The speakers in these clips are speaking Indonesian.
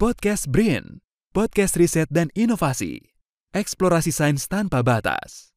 Podcast BRIN, podcast riset dan inovasi, eksplorasi sains tanpa batas.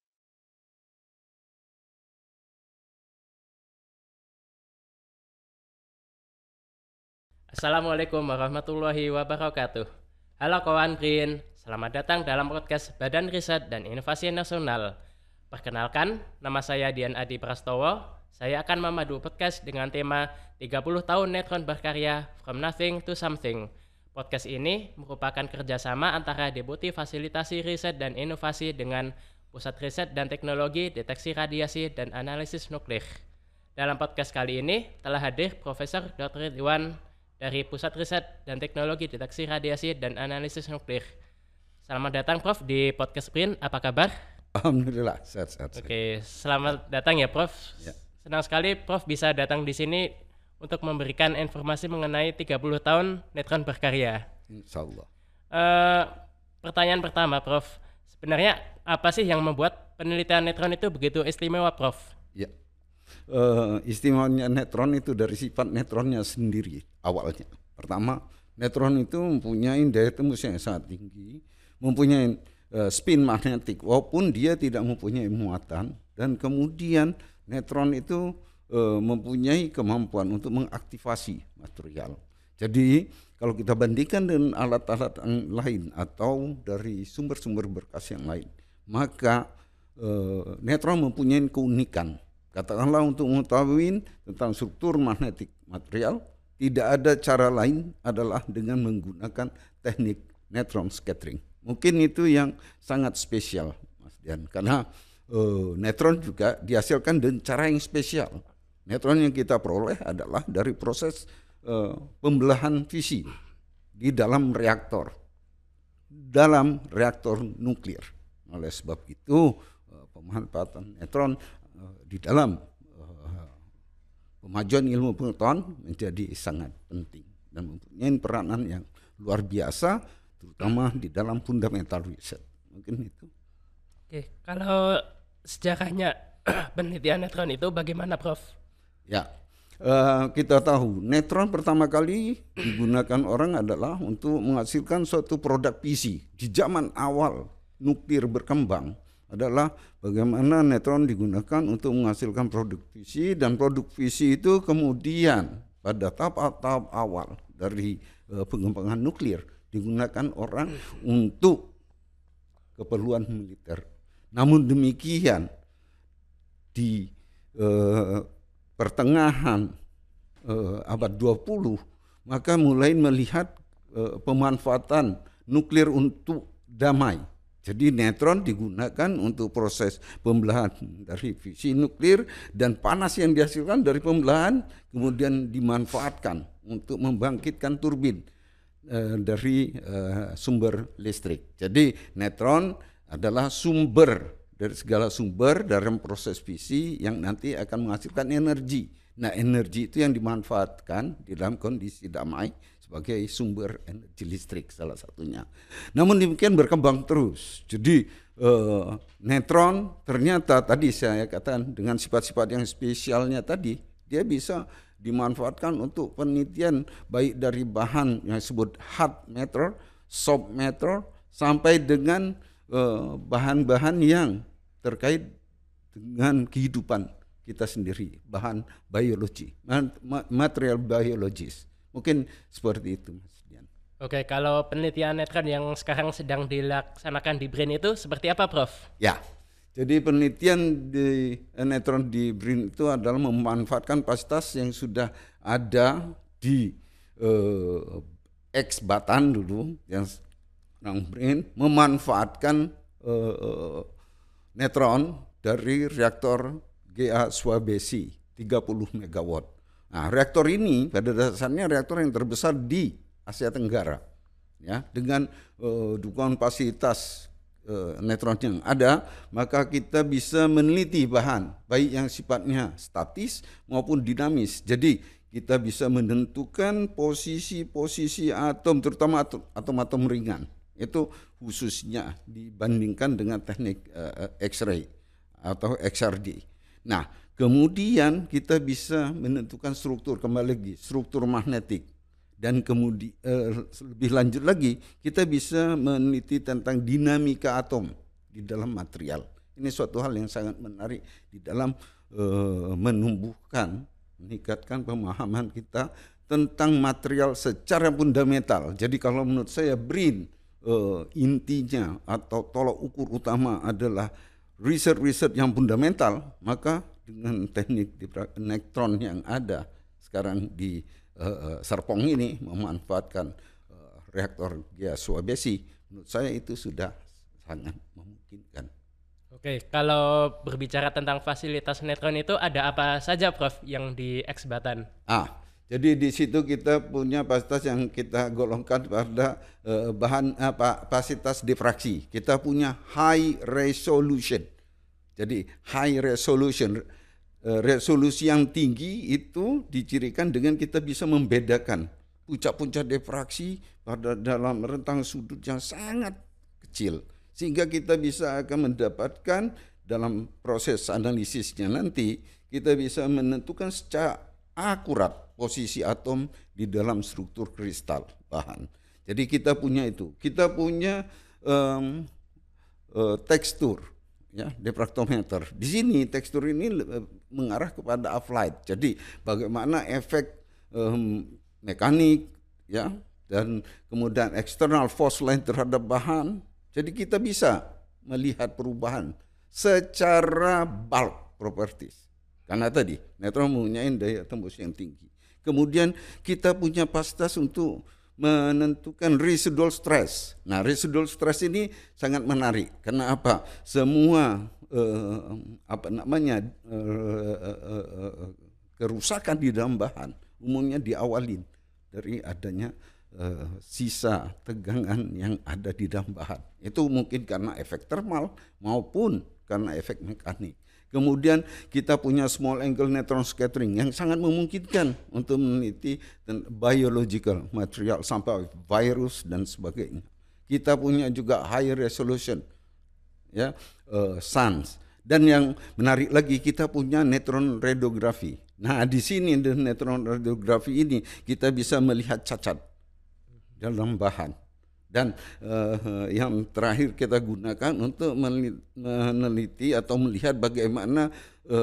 Assalamualaikum warahmatullahi wabarakatuh. Halo kawan BRIN, selamat datang dalam podcast Badan Riset dan Inovasi Nasional. Perkenalkan, nama saya Dian Adi Prastowo. Saya akan memandu podcast dengan tema 30 tahun Netron berkarya From Nothing to Something. Podcast ini merupakan kerjasama antara Deputi Fasilitasi Riset dan Inovasi dengan Pusat Riset dan Teknologi Deteksi Radiasi dan Analisis Nuklir. Dalam podcast kali ini telah hadir Profesor Dr. Ridwan dari Pusat Riset dan Teknologi Deteksi Radiasi dan Analisis Nuklir. Selamat datang Prof di podcast BRIN, apa kabar? Alhamdulillah, sehat-sehat. Oke, selamat datang ya Prof. Ya. Senang sekali Prof bisa datang di sini untuk memberikan informasi mengenai 30 tahun Netron berkarya. Insyaallah. Pertanyaan pertama Prof, sebenarnya apa sih yang membuat penelitian netron itu begitu istimewa Prof? Ya. Istimewanya netron itu dari sifat netronnya sendiri awalnya. Pertama, netron itu mempunyai daya tembus yang sangat tinggi, mempunyai spin magnetik walaupun dia tidak mempunyai muatan, dan kemudian netron itu mempunyai kemampuan untuk mengaktifasi material. Jadi kalau kita bandingkan dengan alat-alat yang lain atau dari sumber-sumber berkas yang lain, maka netron mempunyai keunikan. Katakanlah untuk mengetahui tentang struktur magnetik material, tidak ada cara lain adalah dengan menggunakan teknik neutron scattering. Mungkin itu yang sangat spesial, Mas Dian, karena neutron juga dihasilkan dengan cara yang spesial. Neutron yang kita peroleh adalah dari proses pembelahan fisi di dalam reaktor nuklir. Oleh sebab itu pemanfaatan neutron di dalam pemajuan ilmu pengetahuan menjadi sangat penting dan mempunyai peranan yang luar biasa, terutama di dalam fundamental research. Mungkin itu. Oke, kalau sejarahnya penelitian netron itu bagaimana Prof? Ya, kita tahu netron pertama kali digunakan orang adalah untuk menghasilkan suatu produk fisi. Di zaman awal nuklir berkembang adalah bagaimana netron digunakan untuk menghasilkan produk fisi, dan produk fisi itu kemudian pada tahap-tahap awal dari pengembangan nuklir digunakan orang untuk keperluan militer. Namun demikian di pertengahan abad 20 maka mulai melihat pemanfaatan nuklir untuk damai. Jadi neutron digunakan untuk proses pembelahan dari fisi nuklir, dan panas yang dihasilkan dari pembelahan kemudian dimanfaatkan untuk membangkitkan turbin dari sumber listrik. Jadi neutron adalah sumber dari segala sumber dalam proses fisi yang nanti akan menghasilkan energi. Nah, energi itu yang dimanfaatkan di dalam kondisi damai sebagai sumber energi listrik salah satunya. Namun demikian berkembang terus. Jadi neutron ternyata tadi saya katakan dengan sifat-sifat yang spesialnya tadi, dia bisa dimanfaatkan untuk penelitian baik dari bahan yang disebut hard matter, soft matter, sampai dengan bahan-bahan yang terkait dengan kehidupan kita sendiri, bahan biologi, material biologis. Mungkin seperti itu, Mas Dian. Oke, kalau penelitian netron yang sekarang sedang dilaksanakan di BRIN itu seperti apa Prof? Ya, jadi penelitian di netron di BRIN itu adalah memanfaatkan kapasitas yang sudah ada di Batan dulu, yang BRIN memanfaatkan netron dari reaktor GA Swabesi 30 MW. Nah, reaktor ini pada dasarnya reaktor yang terbesar di Asia Tenggara, ya, dengan dukungan fasilitas netron yang ada, maka kita bisa meneliti bahan baik yang sifatnya statis maupun dinamis. Jadi kita bisa menentukan posisi-posisi atom, terutama atom-atom ringan. Itu khususnya dibandingkan dengan teknik X-ray atau XRD. Nah, kemudian kita bisa menentukan struktur, kembali lagi struktur magnetik dan kemudian lebih lanjut lagi kita bisa meneliti tentang dinamika atom di dalam material. Ini suatu hal yang sangat menarik di dalam meningkatkan pemahaman kita tentang material secara fundamental. Jadi kalau menurut saya BRIN intinya atau tolok ukur utama adalah riset-riset yang fundamental, maka dengan teknik neutron yang ada sekarang di Serpong ini memanfaatkan reaktor gas Swabesi, menurut saya itu sudah sangat memungkinkan. Oke, kalau berbicara tentang fasilitas neutron itu ada apa saja, Prof, yang di X Batan? Jadi di situ kita punya fasilitas yang kita golongkan pada fasilitas difraksi. Kita punya high resolution. Jadi high resolution, resolusi yang tinggi itu dicirikan dengan kita bisa membedakan puncak-puncak difraksi pada dalam rentang sudut yang sangat kecil. Sehingga kita bisa akan mendapatkan dalam proses analisisnya nanti, kita bisa menentukan secara akurat posisi atom di dalam struktur kristal bahan. Jadi kita punya itu. Kita punya tekstur, ya, diffractometer. Di sini tekstur ini mengarah kepada half-light. Jadi bagaimana efek mekanik, ya, dan kemudian external force line terhadap bahan. Jadi kita bisa melihat perubahan secara bulk properties. Karena tadi neutron mempunyai daya tembus yang tinggi. Kemudian kita punya fasilitas untuk menentukan residual stress. Nah, residual stress ini sangat menarik. Karena apa? Semua kerusakan di dalam bahan umumnya diawalin dari adanya sisa tegangan yang ada di dalam bahan. Itu mungkin karena efek thermal maupun karena efek mekanik. Kemudian kita punya small angle neutron scattering yang sangat memungkinkan untuk meneliti biological material sampai virus dan sebagainya. Kita punya juga high resolution, ya, SANS. Dan yang menarik lagi kita punya neutron radiografi. Nah, di sini di neutron radiografi ini kita bisa melihat cacat dalam bahan. Dan yang terakhir kita gunakan untuk meneliti atau melihat bagaimana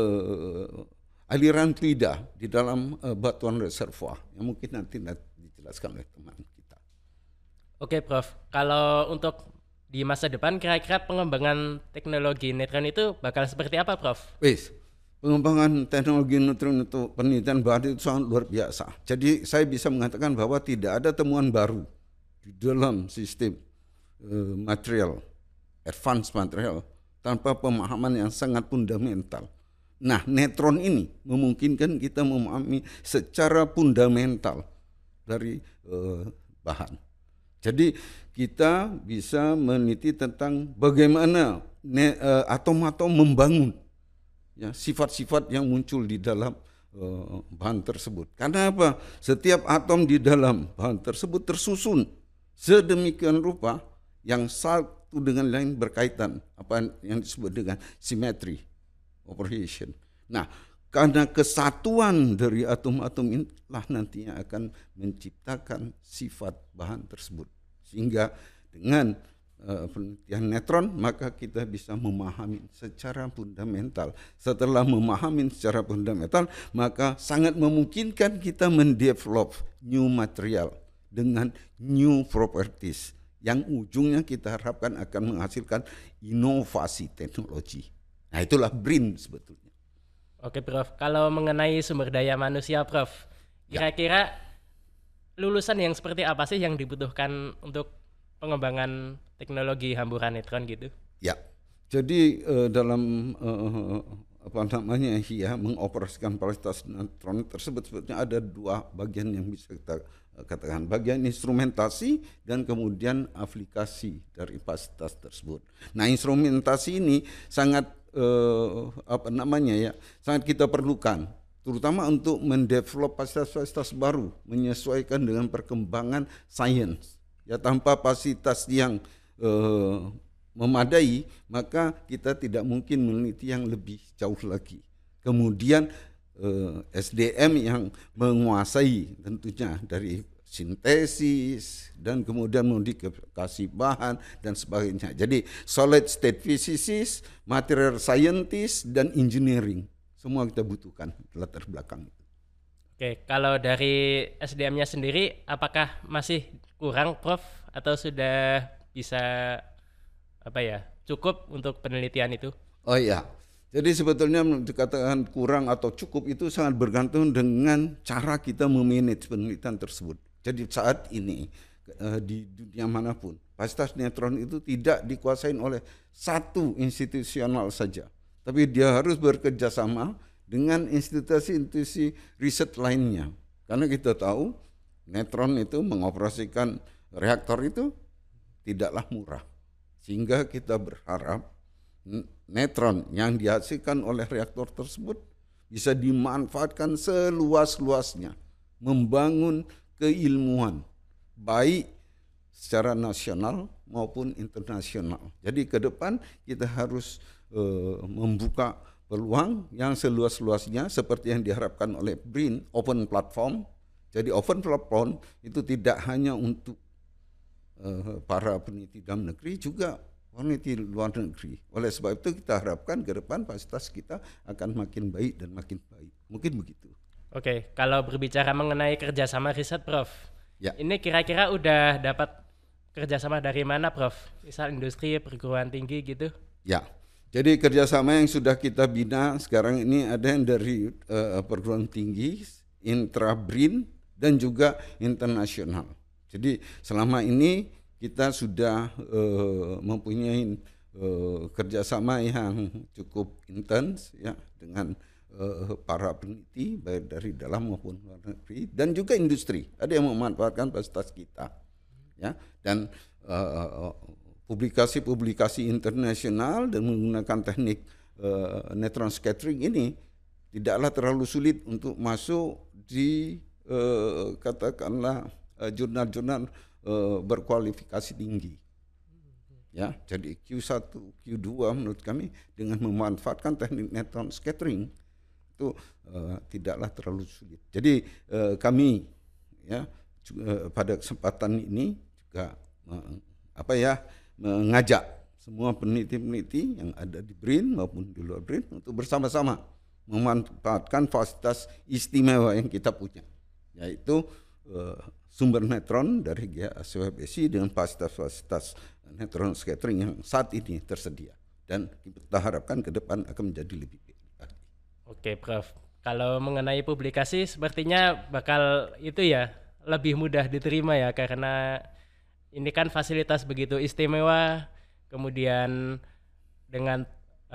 aliran fluida di dalam batuan reservoir yang mungkin nanti dijelaskan oleh teman kita. Oke, Prof. Kalau untuk di masa depan kira-kira pengembangan teknologi neutron itu bakal seperti apa, Prof? Pengembangan teknologi neutron untuk penelitian bahan itu sangat luar biasa. Jadi saya bisa mengatakan bahwa tidak ada temuan baru di dalam sistem material, advanced material, tanpa pemahaman yang sangat fundamental. Nah, neutron ini memungkinkan kita memahami secara fundamental dari bahan. Jadi kita bisa meneliti tentang bagaimana atom-atom membangun, ya, sifat-sifat yang muncul di dalam bahan tersebut. Karena apa? Setiap atom di dalam bahan tersebut tersusun sedemikian rupa yang satu dengan lain berkaitan, apa yang disebut dengan symmetry operation. Nah, karena kesatuan dari atom-atom inilah nantinya akan menciptakan sifat bahan tersebut. Sehingga dengan penelitian neutron maka kita bisa memahami secara fundamental. Setelah memahami secara fundamental maka sangat memungkinkan kita mendevelop new material dengan new properties yang ujungnya kita harapkan akan menghasilkan inovasi teknologi. Nah, itulah BRIN sebetulnya. Oke, Prof. Kalau mengenai sumber daya manusia, Prof, kira-kira lulusan yang seperti apa sih yang dibutuhkan untuk pengembangan teknologi hamburan neutron gitu? Ya, jadi dalam mengoperasikan fasilitas neutron tersebut sebetulnya ada dua bagian yang bisa kita katakan, bagian instrumentasi dan kemudian aplikasi dari fasilitas tersebut. Nah, instrumentasi ini sangat sangat kita perlukan, terutama untuk mendevelop fasilitas-fasilitas baru menyesuaikan dengan perkembangan sains. Ya, tanpa fasilitas yang memadai maka kita tidak mungkin meneliti yang lebih jauh lagi. Kemudian SDM yang menguasai tentunya dari sintesis, dan kemudian modifikasi bahan dan sebagainya. Jadi solid state physicist, material scientist, dan engineering semua kita butuhkan latar belakang itu. Oke, kalau dari SDM-nya sendiri apakah masih kurang Prof atau sudah bisa cukup untuk penelitian itu? Oh iya. Jadi sebetulnya dikatakan kurang atau cukup itu sangat bergantung dengan cara kita memanage penelitian tersebut. Jadi saat ini di dunia manapun, fasilitas neutron itu tidak dikuasai oleh satu institusional saja, tapi dia harus bekerja sama dengan institusi-institusi riset lainnya. Karena kita tahu neutron itu mengoperasikan reaktor itu tidaklah murah, sehingga kita berharap neutron yang dihasilkan oleh reaktor tersebut bisa dimanfaatkan seluas-luasnya, membangun keilmuan baik secara nasional maupun internasional. Jadi ke depan kita harus membuka peluang yang seluas-luasnya seperti yang diharapkan oleh BRIN, Open Platform. Jadi Open Platform itu tidak hanya untuk para peneliti dalam negeri, juga peneliti luar negeri. Oleh sebab itu kita harapkan ke depan fasilitas kita akan makin baik dan makin baik. Mungkin begitu. Oke, kalau berbicara mengenai kerjasama riset, Prof, Ya. Ini kira-kira udah dapat kerjasama dari mana, Prof? Misal industri, perguruan tinggi gitu? Ya, jadi kerjasama yang sudah kita bina sekarang ini ada yang dari perguruan tinggi, intra-BRIN, dan juga internasional. Jadi selama ini kita sudah mempunyai kerjasama yang cukup intens ya dengan para peneliti baik dari dalam maupun luar negeri, dan juga industri. Ada yang memanfaatkan fasilitas kita, ya, dan publikasi-publikasi internasional dan menggunakan teknik neutron scattering ini tidaklah terlalu sulit untuk masuk di katakanlah jurnal-jurnal berkualifikasi tinggi. Ya, jadi Q1, Q2 menurut kami dengan memanfaatkan teknik neutron scattering itu tidaklah terlalu sulit. Jadi kami ya pada kesempatan ini juga mengajak semua peneliti-peneliti yang ada di BRIN maupun di luar BRIN untuk bersama-sama memanfaatkan fasilitas istimewa yang kita punya, yaitu sumber neutron dari GHSWBC dengan fasilitas-fasilitas neutron scattering yang saat ini tersedia, dan kita harapkan ke depan akan menjadi lebih baik. Oke, Prof. Kalau mengenai publikasi sepertinya bakal itu ya lebih mudah diterima ya, karena ini kan fasilitas begitu istimewa, kemudian dengan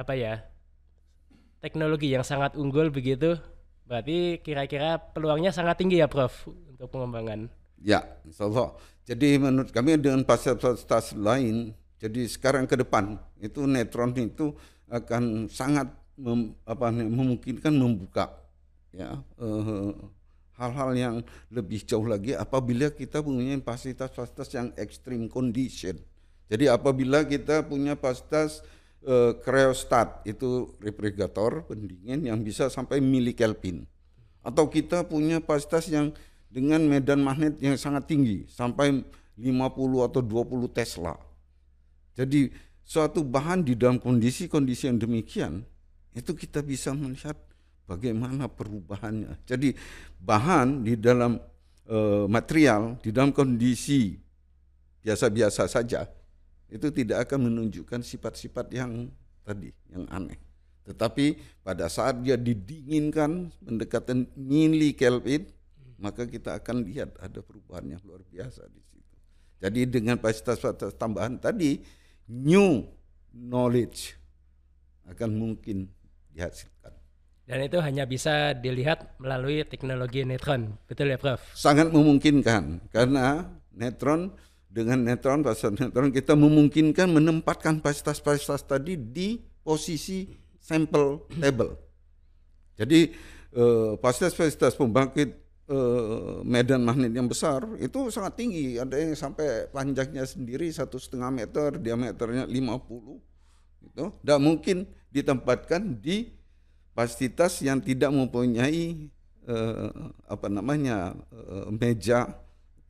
teknologi yang sangat unggul begitu, berarti kira-kira peluangnya sangat tinggi ya, Prof, untuk pengembangan. Ya, insya Allah. Jadi menurut kami dengan fasilitas lain, jadi sekarang ke depan itu neutron itu akan sangat memungkinkan membuka ya hal-hal yang lebih jauh lagi apabila kita punya fasilitas-fasilitas yang extreme condition. Jadi apabila kita punya fasilitas cryostat, itu refrigerator pendingin yang bisa sampai milikelvin, atau kita punya fasilitas yang dengan medan magnet yang sangat tinggi sampai 50 atau 20 Tesla. Jadi suatu bahan di dalam kondisi-kondisi yang demikian itu kita bisa melihat bagaimana perubahannya. Jadi bahan di dalam material di dalam kondisi biasa-biasa saja itu tidak akan menunjukkan sifat-sifat yang tadi yang aneh. Tetapi pada saat dia didinginkan mendekati milikelvin, maka kita akan lihat ada perubahan yang luar biasa di situ. Jadi dengan fasilitas-fasilitas tambahan tadi, new knowledge akan mungkin dihasilkan. Dan itu hanya bisa dilihat melalui teknologi neutron, betul ya, Prof? Sangat memungkinkan, karena neutron, dengan neutron, fasilitas neutron kita memungkinkan menempatkan fasilitas-fasilitas tadi di posisi sample table. Jadi fasilitas-fasilitas pembangkit medan magnet yang besar itu sangat tinggi, ada yang sampai panjangnya sendiri 1,5 meter, diameternya 50, itu tidak mungkin ditempatkan di fasilitas yang tidak mempunyai meja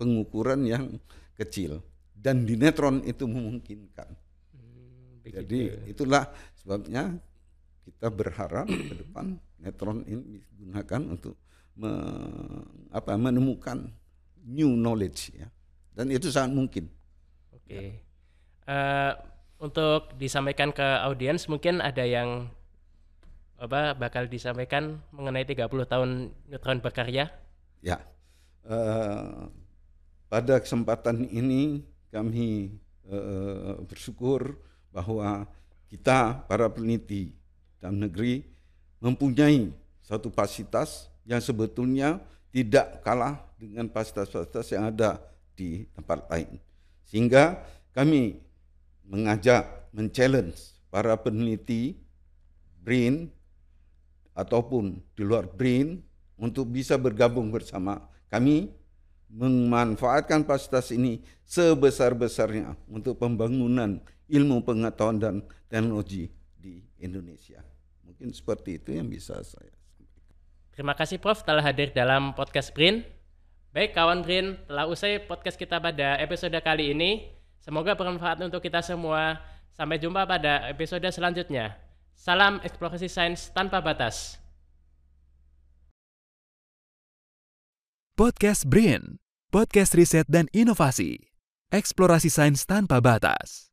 pengukuran yang kecil. Dan di netron itu memungkinkan. Jadi itulah sebabnya kita berharap ke depan netron ini digunakan untuk menemukan new knowledge ya. Dan itu sangat mungkin. Oke. Untuk disampaikan ke audiens mungkin ada yang bakal disampaikan mengenai 30 tahun neutron berkarya. Ya. Pada kesempatan ini kami bersyukur bahwa kita para peneliti dalam negeri mempunyai satu fasilitas yang sebetulnya tidak kalah dengan fasilitas-fasilitas yang ada di tempat lain. Sehingga kami mengajak, men-challenge para peneliti BRIN ataupun di luar BRIN untuk bisa bergabung bersama kami memanfaatkan fasilitas ini sebesar-besarnya untuk pembangunan ilmu pengetahuan dan teknologi di Indonesia. Mungkin seperti itu yang bisa saya sampaikan. Terima kasih Prof telah hadir dalam podcast BRIN. Baik kawan BRIN, telah usai podcast kita pada episode kali ini. Semoga bermanfaat untuk kita semua. Sampai jumpa pada episode selanjutnya. Salam eksplorasi sains tanpa batas. Podcast BRIN, podcast riset dan inovasi, eksplorasi sains tanpa batas.